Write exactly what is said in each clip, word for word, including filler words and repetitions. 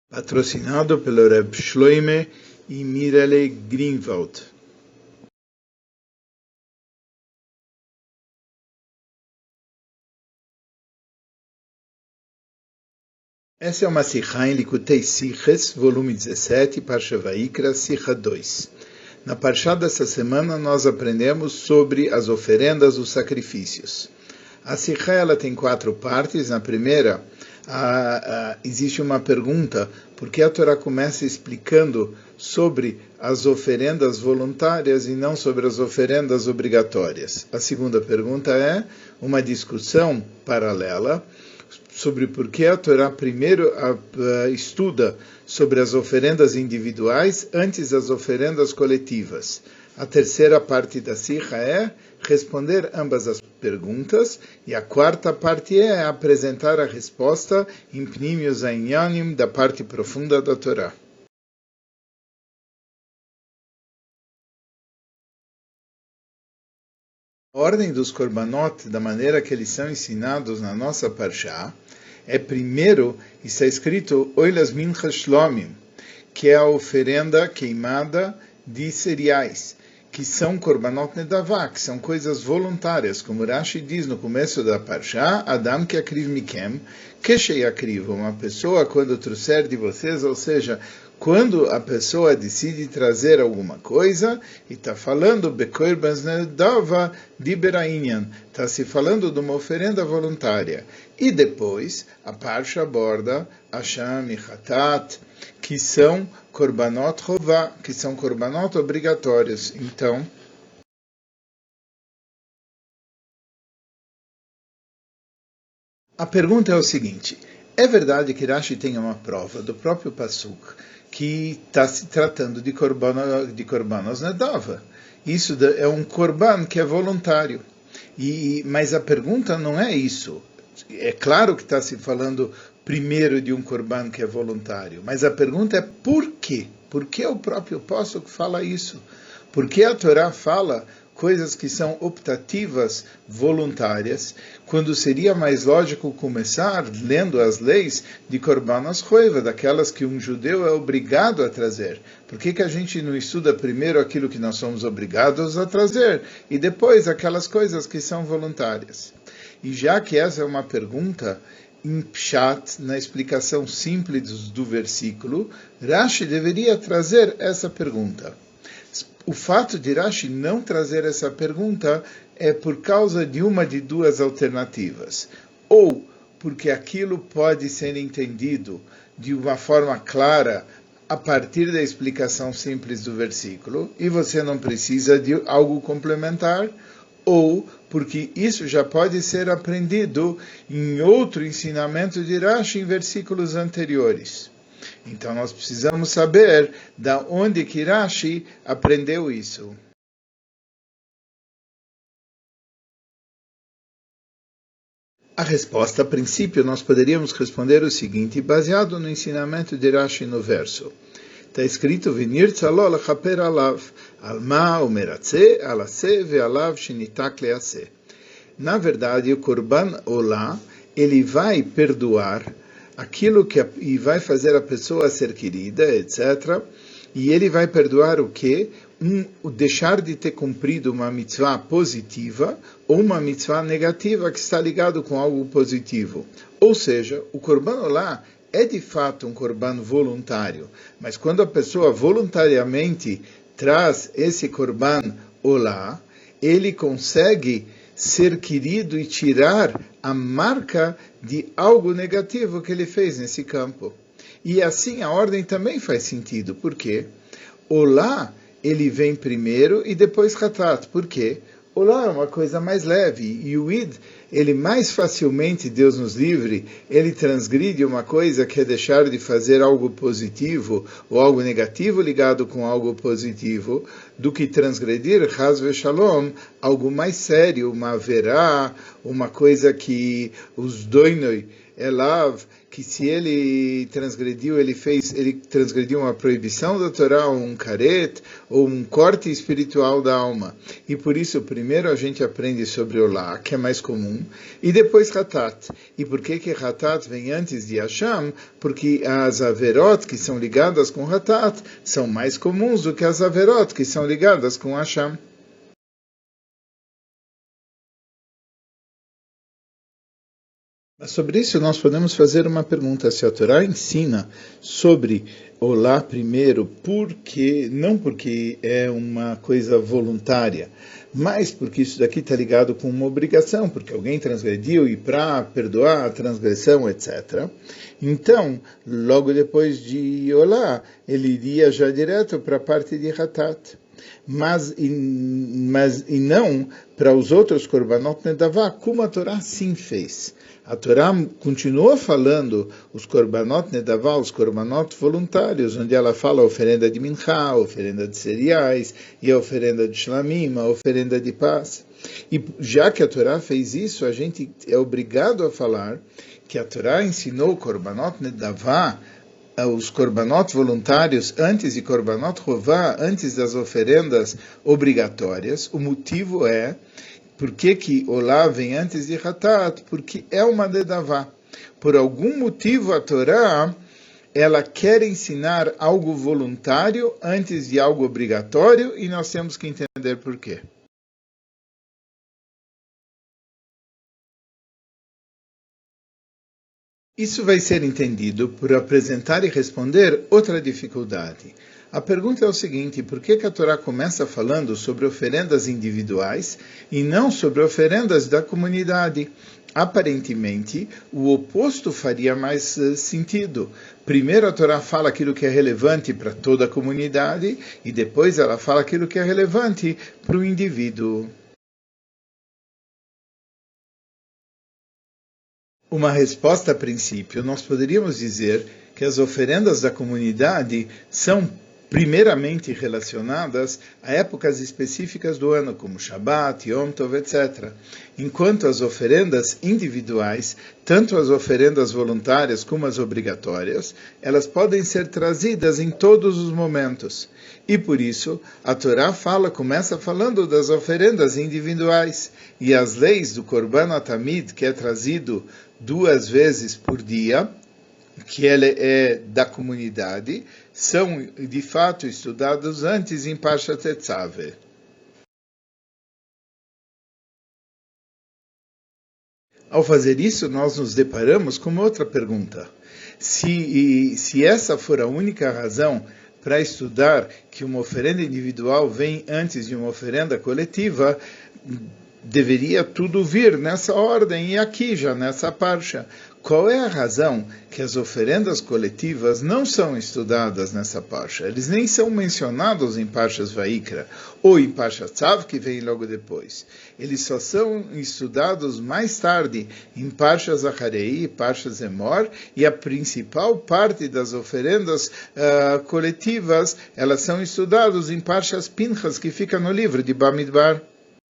Patrocinado pelo Reb Shloime e Mirele Greenwald. Essa é uma Sikha em Likutei Siches, volume dezessete, Parsha Vaikra, Sikha dois. Na Parsha dessa semana nós aprendemos sobre as oferendas, os sacrifícios. A Sikha ela tem quatro partes. Na primeira, a, a, existe uma pergunta, porque a Torá começa explicando sobre as oferendas voluntárias e não sobre as oferendas obrigatórias. A segunda pergunta é uma discussão paralela sobre por que a Torá primeiro estuda sobre as oferendas individuais antes das oferendas coletivas. A terceira parte da Sikha é responder ambas as perguntas, e a quarta parte é apresentar a resposta em Pnimius Ainyanim, da parte profunda da Torá. A ordem dos korbanot, da maneira que eles são ensinados na nossa Parshá, é primeiro, está escrito Oilas Minchas Shlomim, que é a oferenda queimada de cereais, que são korbanot nedavá, que são coisas voluntárias, como Rashi diz no começo da Parshá, Adam que akriv mikem, que akriv, uma pessoa quando trouxer de vocês, ou seja, quando a pessoa decide trazer alguma coisa, e está falando bekorbans nedava di berainyan, está se falando de uma oferenda voluntária. E depois, a Parsha aborda Asham e Hatat, que são korbanot rová, que são korbanot obrigatórios. Então, a pergunta é o seguinte: é verdade que Rashi tem uma prova do próprio Pasuk que está se tratando de korbanos, de korbanos nedava? Isso é um korban que é voluntário. E, mas a pergunta não é isso. É claro que está se falando primeiro de um korban que é voluntário, mas a pergunta é por quê? Por que o próprio Pasuk fala isso? Por que a Torá fala coisas que são optativas, voluntárias, quando seria mais lógico começar lendo as leis de korbanos roiva, daquelas que um judeu é obrigado a trazer? Por que que a gente não estuda primeiro aquilo que nós somos obrigados a trazer, e depois aquelas coisas que são voluntárias? E já que essa é uma pergunta em Pshat, na explicação simples do versículo, Rashi deveria trazer essa pergunta. O fato de Rashi não trazer essa pergunta é por causa de uma de duas alternativas. Ou porque aquilo pode ser entendido de uma forma clara a partir da explicação simples do versículo, e você não precisa de algo complementar, ou porque isso já pode ser aprendido em outro ensinamento de Rashi em versículos anteriores. Então nós precisamos saber da onde que Rashi aprendeu isso. A resposta, a princípio, nós poderíamos responder o seguinte, baseado no ensinamento de Rashi no verso. Está escrito, Vinir tzalo lachaper alav, alma umeratze, alase ve'alav shenitak lease. Na verdade, o Korban Olá, ele vai perdoar aquilo que e vai fazer a pessoa ser querida, etcétera. E ele vai perdoar o quê? Um, o deixar de ter cumprido uma mitzvah positiva ou uma mitzvah negativa que está ligado com algo positivo. Ou seja, o Korban Olá é de fato um Korban voluntário, mas quando a pessoa voluntariamente traz esse Korban Olá, ele consegue ser querido e tirar a marca de algo negativo que ele fez nesse campo. E assim a ordem também faz sentido. Por quê? Olá, ele vem primeiro e depois Hatat. Por quê? Olá é uma coisa mais leve, e o Id, ele mais facilmente, Deus nos livre, ele transgride uma coisa que é deixar de fazer algo positivo, ou algo negativo ligado com algo positivo, do que transgredir, Chas v'Shalom, algo mais sério, uma verá, uma coisa que os doinoi, elav, que se ele transgrediu, ele fez, ele transgrediu uma proibição da Torá, ou um caret, ou um corte espiritual da alma. E por isso, primeiro a gente aprende sobre Olá, que é mais comum, e depois Hatat. E por que que Hatat vem antes de Hasham? Porque as Averot que são ligadas com Hatat são mais comuns do que as Averot que são ligadas com Hasham. Mas sobre isso nós podemos fazer uma pergunta. Se a Torá ensina sobre Olá primeiro, porque, não porque é uma coisa voluntária, mas porque isso daqui está ligado com uma obrigação, porque alguém transgrediu e para perdoar a transgressão, etcétera. Então, logo depois de Olá, ele iria já direto para a parte de Hatat. Mas e, mas, e não para os outros Korbanot Nedavá, como a Torá sim fez. A Torá continua falando os Korbanot Nedavá, os Korbanot voluntários, onde ela fala a oferenda de Mincha, a oferenda de cereais, e a oferenda de Shlamim, a oferenda de paz. E já que a Torá fez isso, a gente é obrigado a falar que a Torá ensinou Korbanot Nedavá, os Korbanot voluntários, antes de Korbanot Rová, antes das oferendas obrigatórias. O motivo é, por que que Olá vem antes de Hatat? Porque é uma Nedavá. Por algum motivo a Torá, ela quer ensinar algo voluntário antes de algo obrigatório, e nós temos que entender por quê. Isso vai ser entendido por apresentar e responder outra dificuldade. A pergunta é o seguinte: por que que a Torá começa falando sobre oferendas individuais e não sobre oferendas da comunidade? Aparentemente, o oposto faria mais uh, sentido. Primeiro a Torá fala aquilo que é relevante para toda a comunidade e depois ela fala aquilo que é relevante para o indivíduo. Uma resposta a princípio, nós poderíamos dizer que as oferendas da comunidade são primeiramente relacionadas a épocas específicas do ano, como Shabbat, Yom Tov, etcétera. Enquanto as oferendas individuais, tanto as oferendas voluntárias como as obrigatórias, elas podem ser trazidas em todos os momentos. E por isso, a Torá fala, começa falando das oferendas individuais. E as leis do Korban Atamid, que é trazido duas vezes por dia, que ele é da comunidade, são de fato estudados antes em Parshat Tetzaveh. Ao fazer isso, nós nos deparamos com outra pergunta. Se, se essa for a única razão para estudar que uma oferenda individual vem antes de uma oferenda coletiva, deveria tudo vir nessa ordem e aqui já nessa parsha. Qual é a razão que as oferendas coletivas não são estudadas nessa parsha? Eles nem são mencionados em Parshas Vaikra ou em Parshas Tzav, que vem logo depois. Eles só são estudados mais tarde em Parshas Acharei e Parshas Emor, e a principal parte das oferendas uh, coletivas, elas são estudadas em Parshas Pinchas, que fica no livro de Bamidbar.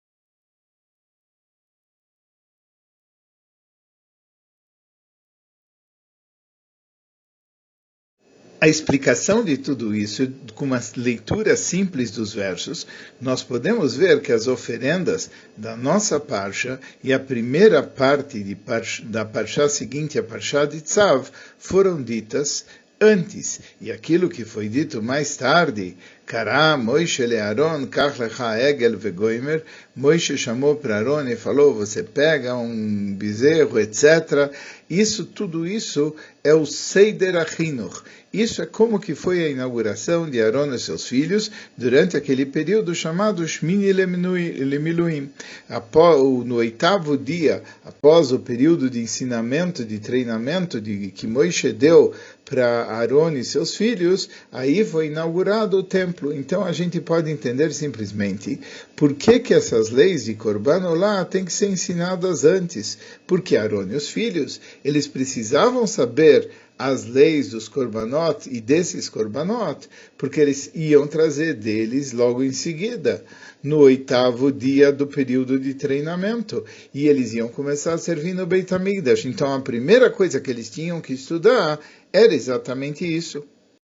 A explicação de tudo isso, com uma leitura simples dos versos, nós podemos ver que as oferendas da nossa parsha e a primeira parte de parsha, da parsha seguinte, a parsha de Tzav, foram ditas antes, e aquilo que foi dito mais tarde, Kará, Moishe le Aaron, Kach lecha egel vegoimer, Moishe chamou para Aaron e falou, você pega um bezerro, etcétera. Isso, tudo isso é o Seider HaChinuch. Isso é como que foi a inauguração de Aaron e seus filhos durante aquele período chamado Shmini Lemiluim. No oitavo dia, após o período de ensinamento, de treinamento de, que Moishe deu para Aaron e seus filhos, aí foi inaugurado o templo. Então a gente pode entender simplesmente por que que essas leis de Korban Olá têm que ser ensinadas antes. Porque Aaron e os filhos, eles precisavam saber as leis dos korbanot e desses korbanot, porque eles iam trazer deles logo em seguida, no oitavo dia do período de treinamento, e eles iam começar a servir no Beit HaMikdash. Então a primeira coisa que eles tinham que estudar era exatamente isso.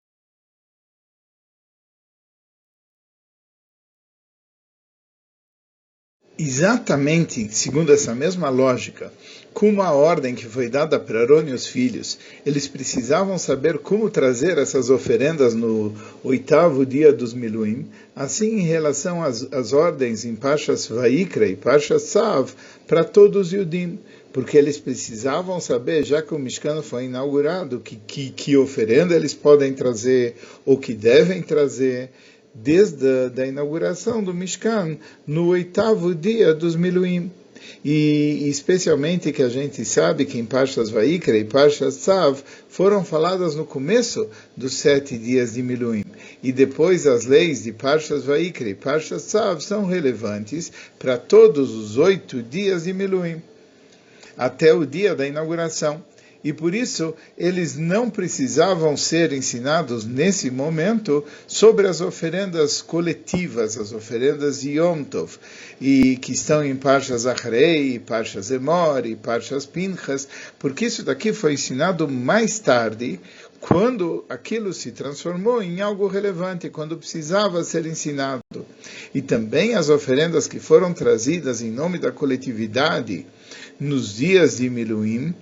Exatamente, segundo essa mesma lógica, como a ordem que foi dada para Arão e os filhos, eles precisavam saber como trazer essas oferendas no oitavo dia dos Miluim, assim em relação às, às ordens em Parshas Vaikra e Parshas Tzav, para todos os Yudim, porque eles precisavam saber, já que o Mishkan foi inaugurado, que, que, que oferenda eles podem trazer, ou que devem trazer, desde a da inauguração do Mishkan, no oitavo dia dos Miluim. E especialmente que a gente sabe que em Parshas Vaikra e Parshas Tzav foram faladas no começo dos sete dias de Miluim. E depois as leis de Parshas Vaikra e Parshas Tzav são relevantes para todos os oito dias de Miluim, até o dia da inauguração. E por isso, eles não precisavam ser ensinados nesse momento sobre as oferendas coletivas, as oferendas de Yom Tov, e que estão em Parshas Achrei, Parshas Emor e Parshas Pinchas, porque isso daqui foi ensinado mais tarde, quando aquilo se transformou em algo relevante, quando precisava ser ensinado. E também as oferendas que foram trazidas em nome da coletividade nos dias de Miluim,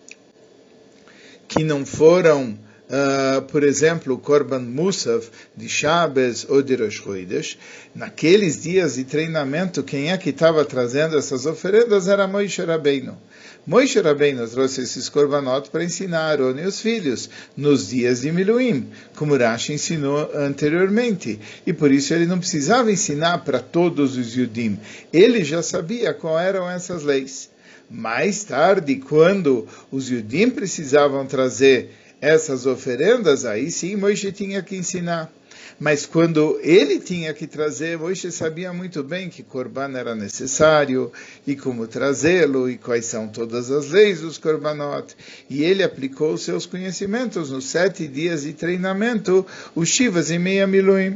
que não foram, uh, por exemplo, Korban Musaf de Shabbos ou de Rosh Chodesh, naqueles dias de treinamento, quem é que estava trazendo essas oferendas era Moshe Rabbeinu. Moshe Rabbeinu trouxe esses korbanot para ensinar Arão e os filhos nos dias de Miluim, como Rashi ensinou anteriormente. E por isso ele não precisava ensinar para todos os Yudim. Ele já sabia quais eram essas leis. Mais tarde, quando os Yudim precisavam trazer essas oferendas, aí sim Moshe tinha que ensinar. Mas quando ele tinha que trazer, Moshe sabia muito bem que Korban era necessário, e como trazê-lo, e quais são todas as leis dos Korbanot. E ele aplicou seus conhecimentos nos sete dias de treinamento, os Shivas e Meia Miluim.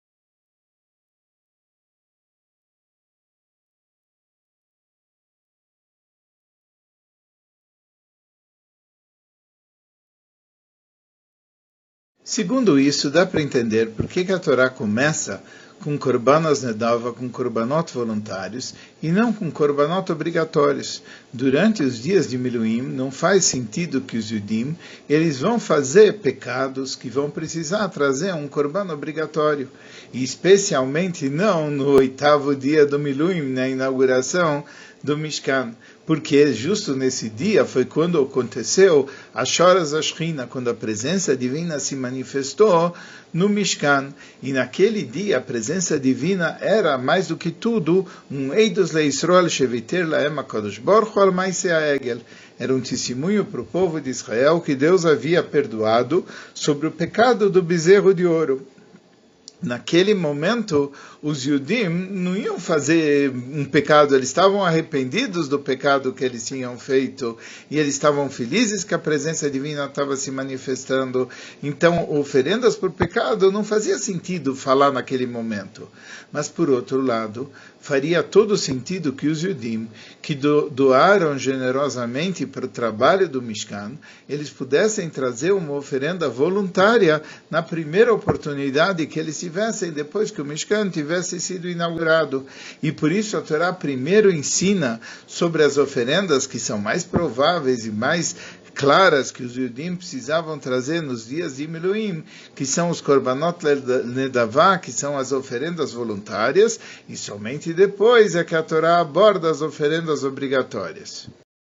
Segundo isso, dá para entender por que, que a Torá começa com korbanos nedava, com korbanot voluntários, e não com korbanot obrigatórios. Durante os dias de Miluim, não faz sentido que os Yudim, eles vão fazer pecados que vão precisar trazer um korban obrigatório, e especialmente não no oitavo dia do Miluim, na inauguração do Mishkan, porque justo nesse dia foi quando aconteceu a Shoras Ashchina, quando a presença divina se manifestou no Mishkan, e naquele dia a presença divina era, mais do que tudo, um Eidos leIsrael Sheviter Laem HaKadosh Baruch Hu al Maaseh HaEgel. Era um testemunho para o povo de Israel que Deus havia perdoado sobre o pecado do bezerro de ouro. Naquele momento, os Yudim não iam fazer um pecado, eles estavam arrependidos do pecado que eles tinham feito, e eles estavam felizes que a presença divina estava se manifestando. Então, oferendas por pecado não fazia sentido falar naquele momento. Mas, por outro lado, faria todo sentido que os Yudim, que do, doaram generosamente para o trabalho do Mishkan, eles pudessem trazer uma oferenda voluntária na primeira oportunidade que eles tivessem, depois que o Mishkan tivesse sido inaugurado. E por isso a Torá primeiro ensina sobre as oferendas que são mais prováveis e mais claras que os Yudim precisavam trazer nos dias de Miluim, que são os Korbanot Nedavá, que são as oferendas voluntárias, e somente depois é que a Torá aborda as oferendas obrigatórias.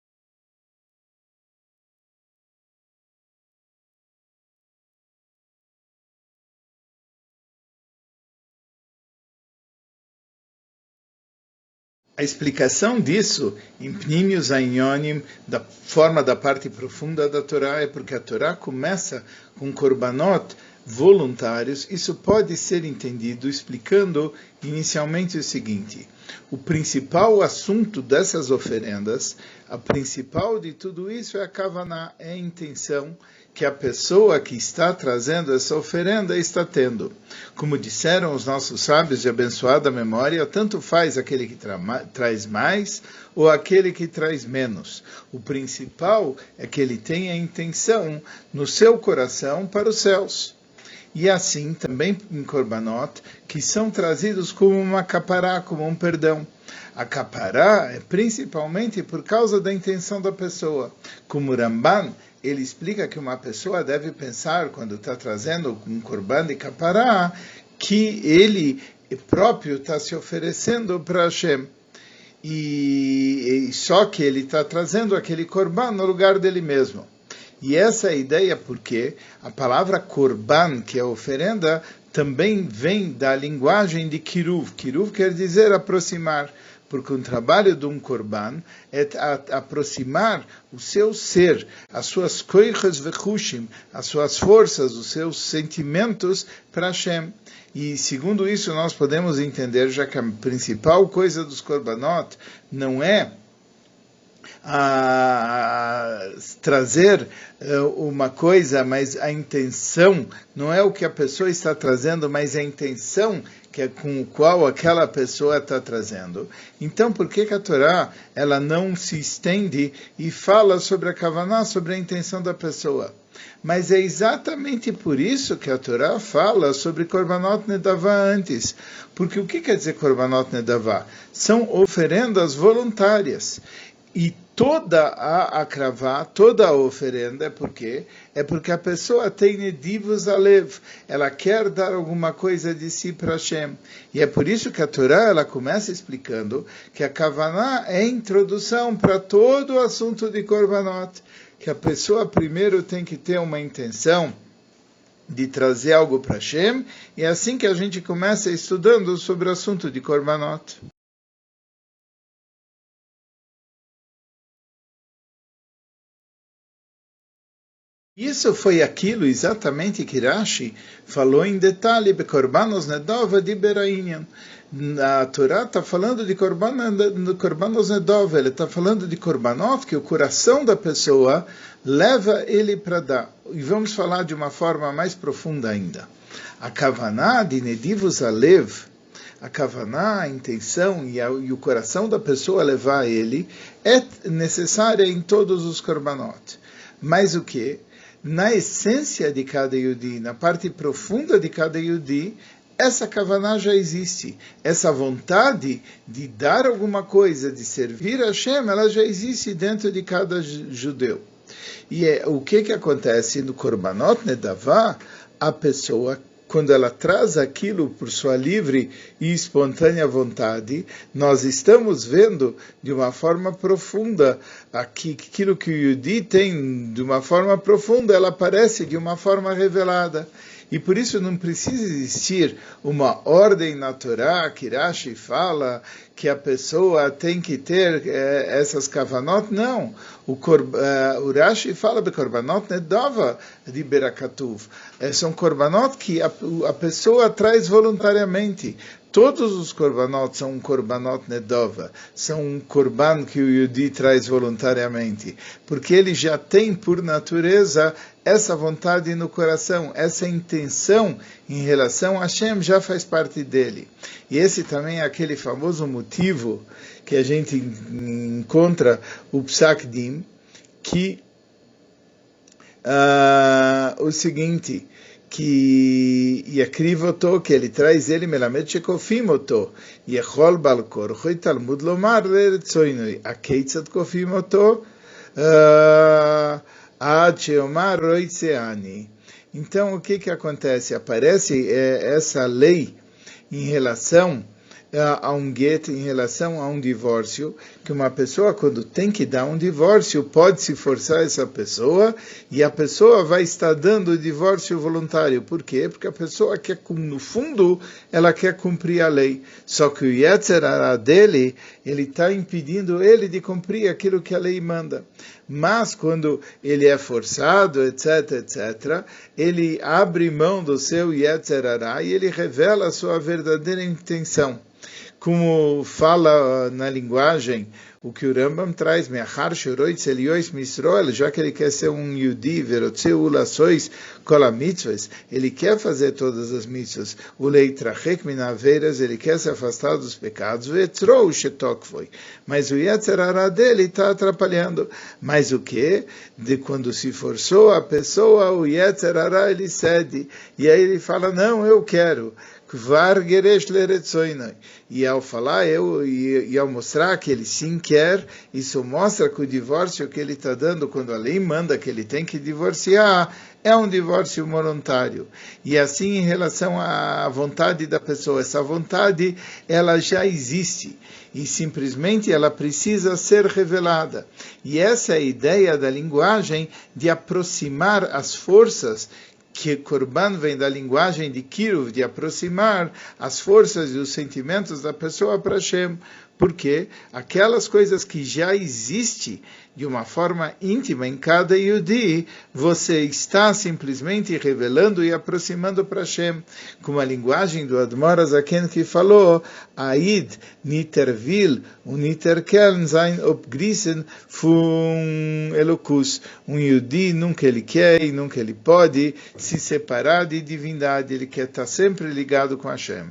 A explicação disso, em Pnimius Ainyonim, da forma da parte profunda da Torá, é porque a Torá começa com korbanot voluntários. Isso pode ser entendido explicando inicialmente o seguinte: o principal assunto dessas oferendas, a principal de tudo isso é a Kavaná, é a intenção que a pessoa que está trazendo essa oferenda está tendo. Como disseram os nossos sábios de abençoada memória, tanto faz aquele que tra traz mais ou aquele que traz menos. O principal é que ele tenha intenção no seu coração para os céus. E assim também em Korbanot, que são trazidos como uma capará, como um perdão. A capará é principalmente por causa da intenção da pessoa. Como Ramban, ele explica que uma pessoa deve pensar, quando está trazendo um korban de capará, que ele próprio está se oferecendo para Hashem. E, e só que ele está trazendo aquele korban no lugar dele mesmo. E essa é a ideia porque a palavra korban, que é oferenda, também vem da linguagem de kiruv. Kiruv quer dizer aproximar, porque o trabalho de um korban é aproximar o seu ser, as suas koiches vechushim, as suas forças, os seus sentimentos para Hashem. E segundo isso nós podemos entender, já que a principal coisa dos korbanot não é a trazer uma coisa, mas a intenção não é o que a pessoa está trazendo, mas a intenção que é com o qual aquela pessoa está trazendo. Então, por que, que a Torá ela não se estende e fala sobre a Kavaná, sobre a intenção da pessoa? Mas é exatamente por isso que a Torá fala sobre Korbanot Nedavá antes. Porque o que quer dizer Korbanot Nedavá? São oferendas voluntárias. E toda a akravá, toda a oferenda, por quê? É porque a pessoa tem nedivus alev, ela quer dar alguma coisa de si para Hashem. E é por isso que a Torá ela começa explicando que a kavaná é a introdução para todo o assunto de korbanot, que a pessoa primeiro tem que ter uma intenção de trazer algo para Hashem, e é assim que a gente começa estudando sobre o assunto de korbanot. Isso foi aquilo exatamente que Rashi falou em detalhe, Korbanos Nedova de Berainian. A Torá está falando de Korbanos Nedova, ele está falando de Korbanot, que o coração da pessoa leva ele para dar. E vamos falar de uma forma mais profunda ainda. A Kavaná de Nedivus Alev, a Kavaná, a intenção e, a, e o coração da pessoa levar ele, é necessária em todos os Korbanot. Mas o que? Na essência de cada Yudi, na parte profunda de cada Yudi, essa Kavaná já existe. Essa vontade de dar alguma coisa, de servir a Hashem, ela já existe dentro de cada judeu. E é, o que, que acontece no Korbanot Nedavá? A pessoa, quando ela traz aquilo por sua livre e espontânea vontade, nós estamos vendo de uma forma profunda aqui, aquilo que o Yudi tem de uma forma profunda, ela aparece de uma forma revelada. E por isso não precisa existir uma ordem na Torá, que Rashi fala que a pessoa tem que ter eh, essas kavanot. Não. O, uh, o Rashi fala de korbanot nedava de berakatuv. Eh, são korbanot que a, a pessoa traz voluntariamente. Todos os korbanot são um korbanot nedova, são um korban que o Yudi traz voluntariamente, porque ele já tem por natureza essa vontade no coração, essa intenção em relação a Hashem já faz parte dele. E esse também é aquele famoso motivo que a gente encontra o Psak Din, que uh, o seguinte, que Yakrivoto, que ele traz ele, Melamed Shekofimoto, Yechol Balkor, Choi Talmud Lomar, Lertsoinoi, Akeitzat Kofimoto, Ad Sheomar Roitseani. Então, o que que acontece? Aparece é, essa lei em relação a um get, em relação a um divórcio, que uma pessoa, quando tem que dar um divórcio, pode se forçar essa pessoa, e a pessoa vai estar dando o divórcio voluntário. Por quê? Porque a pessoa quer, no fundo, ela quer cumprir a lei. Só que o Yetzer Hara dele, ele está impedindo ele de cumprir aquilo que a lei manda. Mas, quando ele é forçado, etc, etcétera, ele abre mão do seu Yetzer Hara e ele revela a sua verdadeira intenção. Como fala na linguagem o que o Rambam traz, Me'achar sheroitz eliois misroel, já que ele quer ser um Yudi, verotzeu ulasois kol mitzvahs, ele quer fazer todas as mitzvahs, o leitrachek min aveiras, ele quer se afastar dos pecados, ve'etzrou shetokvoi, mas o Yetzer Hara dele está atrapalhando. Mas o que? De quando se forçou a pessoa, o Yetzer Hara ele cede, e aí ele fala, não, eu quero. E ao falar, eu, e, e ao mostrar que ele sim quer, isso mostra que o divórcio que ele está dando, quando a lei manda que ele tem que divorciar, é um divórcio voluntário. E assim, em relação à vontade da pessoa, essa vontade, ela já existe. E simplesmente ela precisa ser revelada. E essa é a ideia da linguagem de aproximar as forças, que Korban vem da linguagem de Kiruv, de aproximar as forças e os sentimentos da pessoa para Hashem, porque aquelas coisas que já existem de uma forma íntima em cada Yudi, você está simplesmente revelando e aproximando para Hashem, com a linguagem do Admor Azaken que falou, Aid nitervil und niterkeln sein obgrisen von Elokus. Um Yudi nunca ele quer e nunca ele pode se separar de divindade, ele quer estar sempre ligado com Hashem.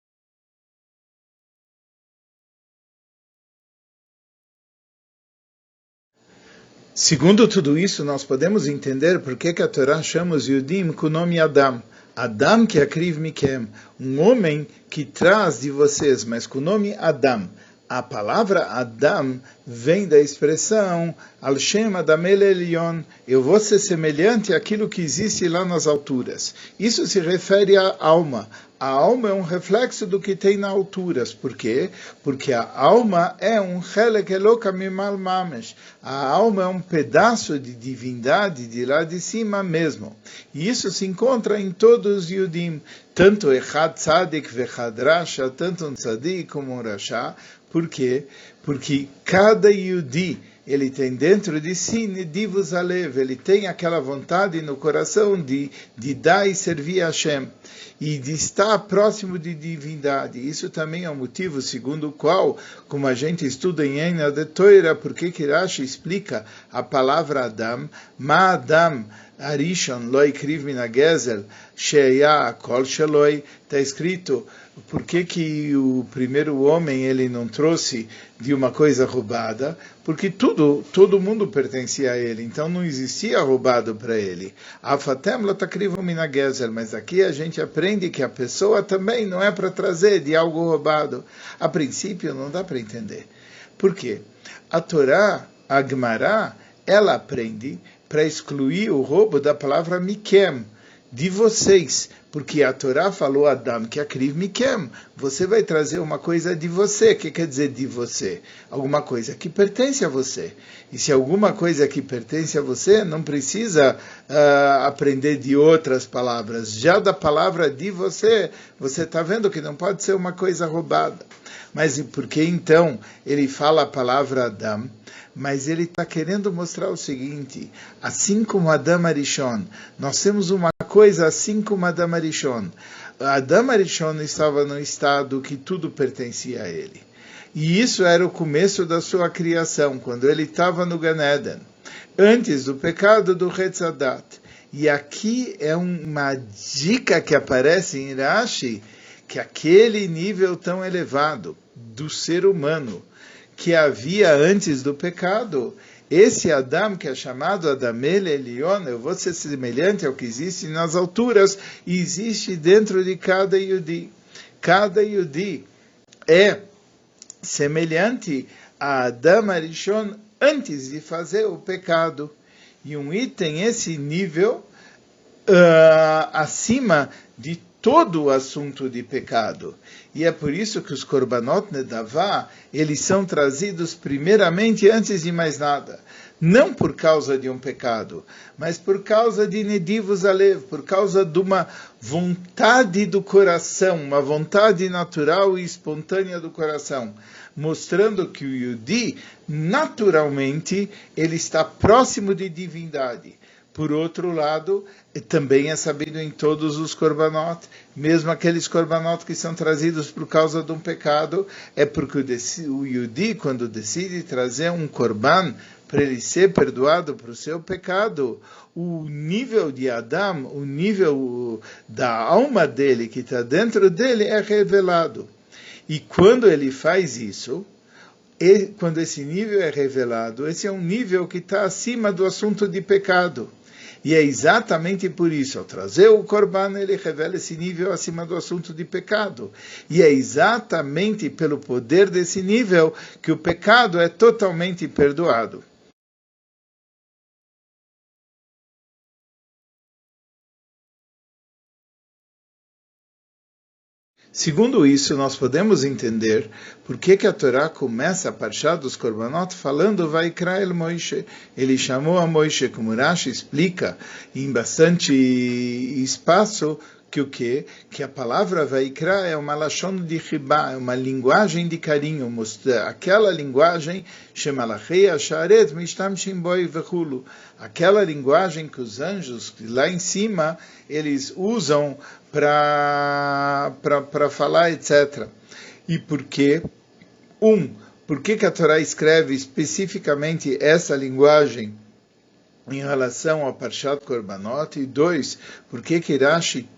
Segundo tudo isso, nós podemos entender por que a Torá chama os Yudim com o nome Adam. Adam que akriv mikem, um homem que traz de vocês, mas com o nome Adam. A palavra Adam vem da expressão Al-Shem Adam El Elyon, eu vou ser semelhante àquilo que existe lá nas alturas. Isso se refere à alma. A alma é um reflexo do que tem nas alturas. Por quê? Porque a alma é um Chelek Eloka Mimal Mamesh. A alma é um pedaço de divindade de lá de cima mesmo. E isso se encontra em todos os Yudim. Tanto Echad Tzadik Vechad Rasha, tanto um Tzadik como um Rasha. Por quê? Porque cada Yudi, ele tem dentro de si Nidivus Alev, ele tem aquela vontade no coração de, de dar e servir a Hashem, e de estar próximo de divindade. Isso também é um motivo segundo o qual, como a gente estuda em Eina de Toira, porque que Rashi explica a palavra Adam, Ma Adam, Arishon, Loi Kriv Mina Gezel, Sheya Kol Sheloi, está escrito, por que que o primeiro homem ele não trouxe de uma coisa roubada? Porque tudo, todo mundo pertencia a ele, então não existia roubado para ele. Afatem Lotakrivu Mina Gezel, mas aqui a gente aprende que a pessoa também não é para trazer de algo roubado. A princípio não dá para entender. Por quê? A Torá, a Gemara, ela aprende para excluir o roubo da palavra mikem, de vocês, porque a Torá falou Adam que akriv mikem, você vai trazer uma coisa de você. O que quer dizer de você? Alguma coisa que pertence a você. E se alguma coisa que pertence a você, não precisa uh, aprender de outras palavras. Já da palavra de você, você está vendo que não pode ser uma coisa roubada. Mas por que então ele fala a palavra Adam? Mas ele está querendo mostrar o seguinte, assim como Adam Arishon, nós temos uma coisa assim como Adam Arishon. Adam Arishon estava no estado que tudo pertencia a ele. E isso era o começo da sua criação, quando ele estava no Gan Eden, antes do pecado do Hetzadat. E aqui é uma dica que aparece em Rashi, que aquele nível tão elevado do ser humano, que havia antes do pecado, esse Adam, que é chamado Adam El Elyon, eu vou ser semelhante ao que existe nas alturas, e existe dentro de cada Yudi. Cada Yudi é semelhante a Adam Arishon antes de fazer o pecado. E um item, esse nível, uh, acima de todo o assunto de pecado. E é por isso que os Korbanot Nedavá, eles são trazidos primeiramente antes de mais nada. Não por causa de um pecado, mas por causa de Nedivus Alev, por causa de uma vontade do coração, uma vontade natural e espontânea do coração, mostrando que o Yudi, naturalmente, ele está próximo de divindade. Por outro lado, também é sabido em todos os korbanot, mesmo aqueles korbanot que são trazidos por causa de um pecado, é porque o Yudi, quando decide trazer um korban para ele ser perdoado por seu pecado, o nível de Adam, o nível da alma dele, que está dentro dele, é revelado. E quando ele faz isso, e quando esse nível é revelado, esse é um nível que está acima do assunto de pecado. E é exatamente por isso, ao trazer o Korban, ele revela esse nível acima do assunto de pecado. E é exatamente pelo poder desse nível que o pecado é totalmente perdoado. Segundo isso, nós podemos entender por que, que a Torá começa a parshá dos Korbanot falando Vaikra el Moishe. Ele chamou a Moishe, como Rashi explica em bastante espaço, que o quê? Que a palavra Vaikra é uma lashon de chibá, é uma linguagem de carinho, aquela linguagem shemalachei asharet mishtamshim boi vechulu, aquela linguagem que os anjos lá em cima eles usam para para falar, etcétera. E por quê? Um, por que, que a Torá escreve especificamente essa linguagem em relação ao Parshat Korbanot? E dois, por que que Rashi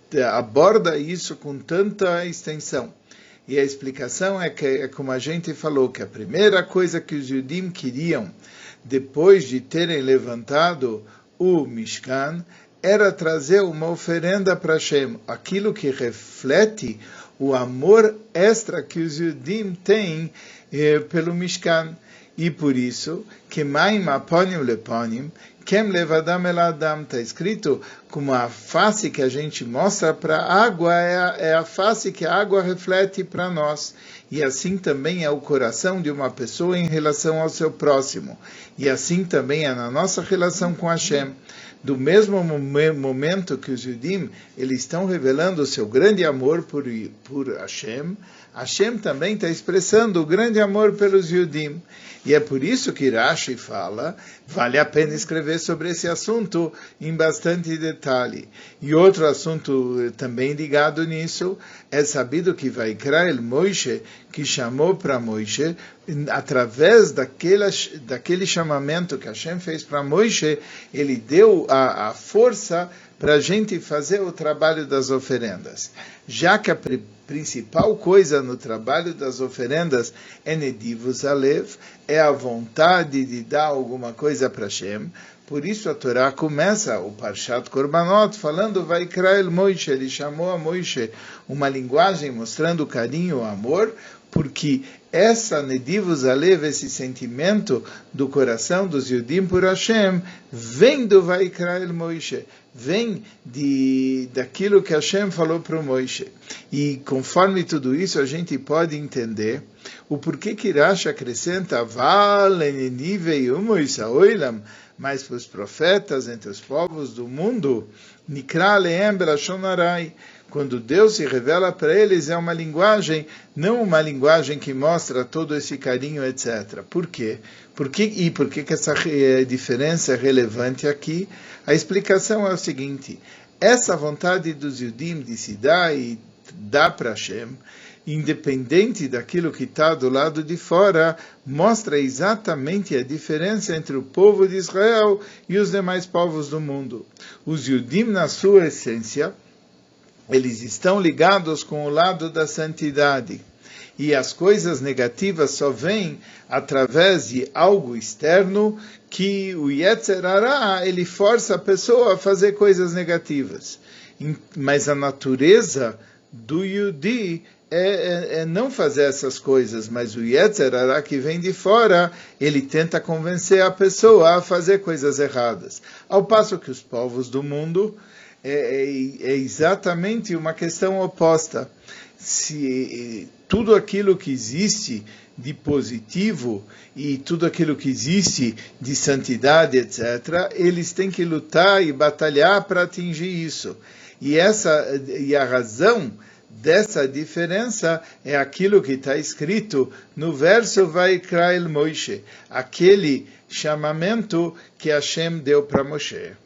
aborda isso com tanta extensão? E a explicação é que, é como a gente falou, que a primeira coisa que os Yudim queriam, depois de terem levantado o Mishkan, era trazer uma oferenda para Hashem, aquilo que reflete o amor extra que os Yudim têm eh, pelo Mishkan. E por isso, que Maim aponim leponim, kem levadam el adam, está escrito como a face que a gente mostra para a água, é a, é a face que a água reflete para nós. E assim também é o coração de uma pessoa em relação ao seu próximo. E assim também é na nossa relação com Hashem. Do mesmo momento que os Yudim eles estão revelando o seu grande amor por, por Hashem, Hashem também está expressando o grande amor pelos Yudim. E é por isso que Rashi fala, vale a pena escrever sobre esse assunto em bastante detalhe. E outro assunto também ligado nisso, é sabido que Vaikra el Moishe, que chamou para Moishe, através daquele, daquele chamamento que Hashem fez para Moishe, ele deu a, a força para a gente fazer o trabalho das oferendas. Já que a principal coisa no trabalho das oferendas é Nedivus Alev, é a vontade de dar alguma coisa para Hashem. Por isso a Torá começa o Parshat Korbanot falando Vaikra el Moishe, ele chamou a Moishe, uma linguagem mostrando carinho, amor, porque essa Nedivus Alev, esse sentimento do coração dos Yudim por Hashem, vem do Vaikra el Moishe, vem de, daquilo que Hashem falou para o Moishe. E conforme tudo isso, a gente pode entender o porquê que Rashi acrescenta mas para os profetas entre os povos do mundo, Nikra lehem belashon arai, quando Deus se revela para eles, é uma linguagem, não uma linguagem que mostra todo esse carinho, etcétera. Por quê? Por que, e por que, que essa diferença é relevante aqui? A explicação é o seguinte: essa vontade dos Yudim de se dar e dar para Hashem, independente daquilo que está do lado de fora, mostra exatamente a diferença entre o povo de Israel e os demais povos do mundo. Os Yudim, na sua essência, eles estão ligados com o lado da santidade. E as coisas negativas só vêm através de algo externo, que o Yetzer Hara, ele força a pessoa a fazer coisas negativas. Mas a natureza do Yudi é, é, é não fazer essas coisas, mas o Yetzer Hara que vem de fora, ele tenta convencer a pessoa a fazer coisas erradas. Ao passo que os povos do mundo é, é, é exatamente uma questão oposta. Se tudo aquilo que existe de positivo e tudo aquilo que existe de santidade, etcétera, eles têm que lutar e batalhar para atingir isso. E, essa, e a razão dessa diferença é aquilo que está escrito no verso Vaikra el Moishe, aquele chamamento que Hashem deu para Moshe.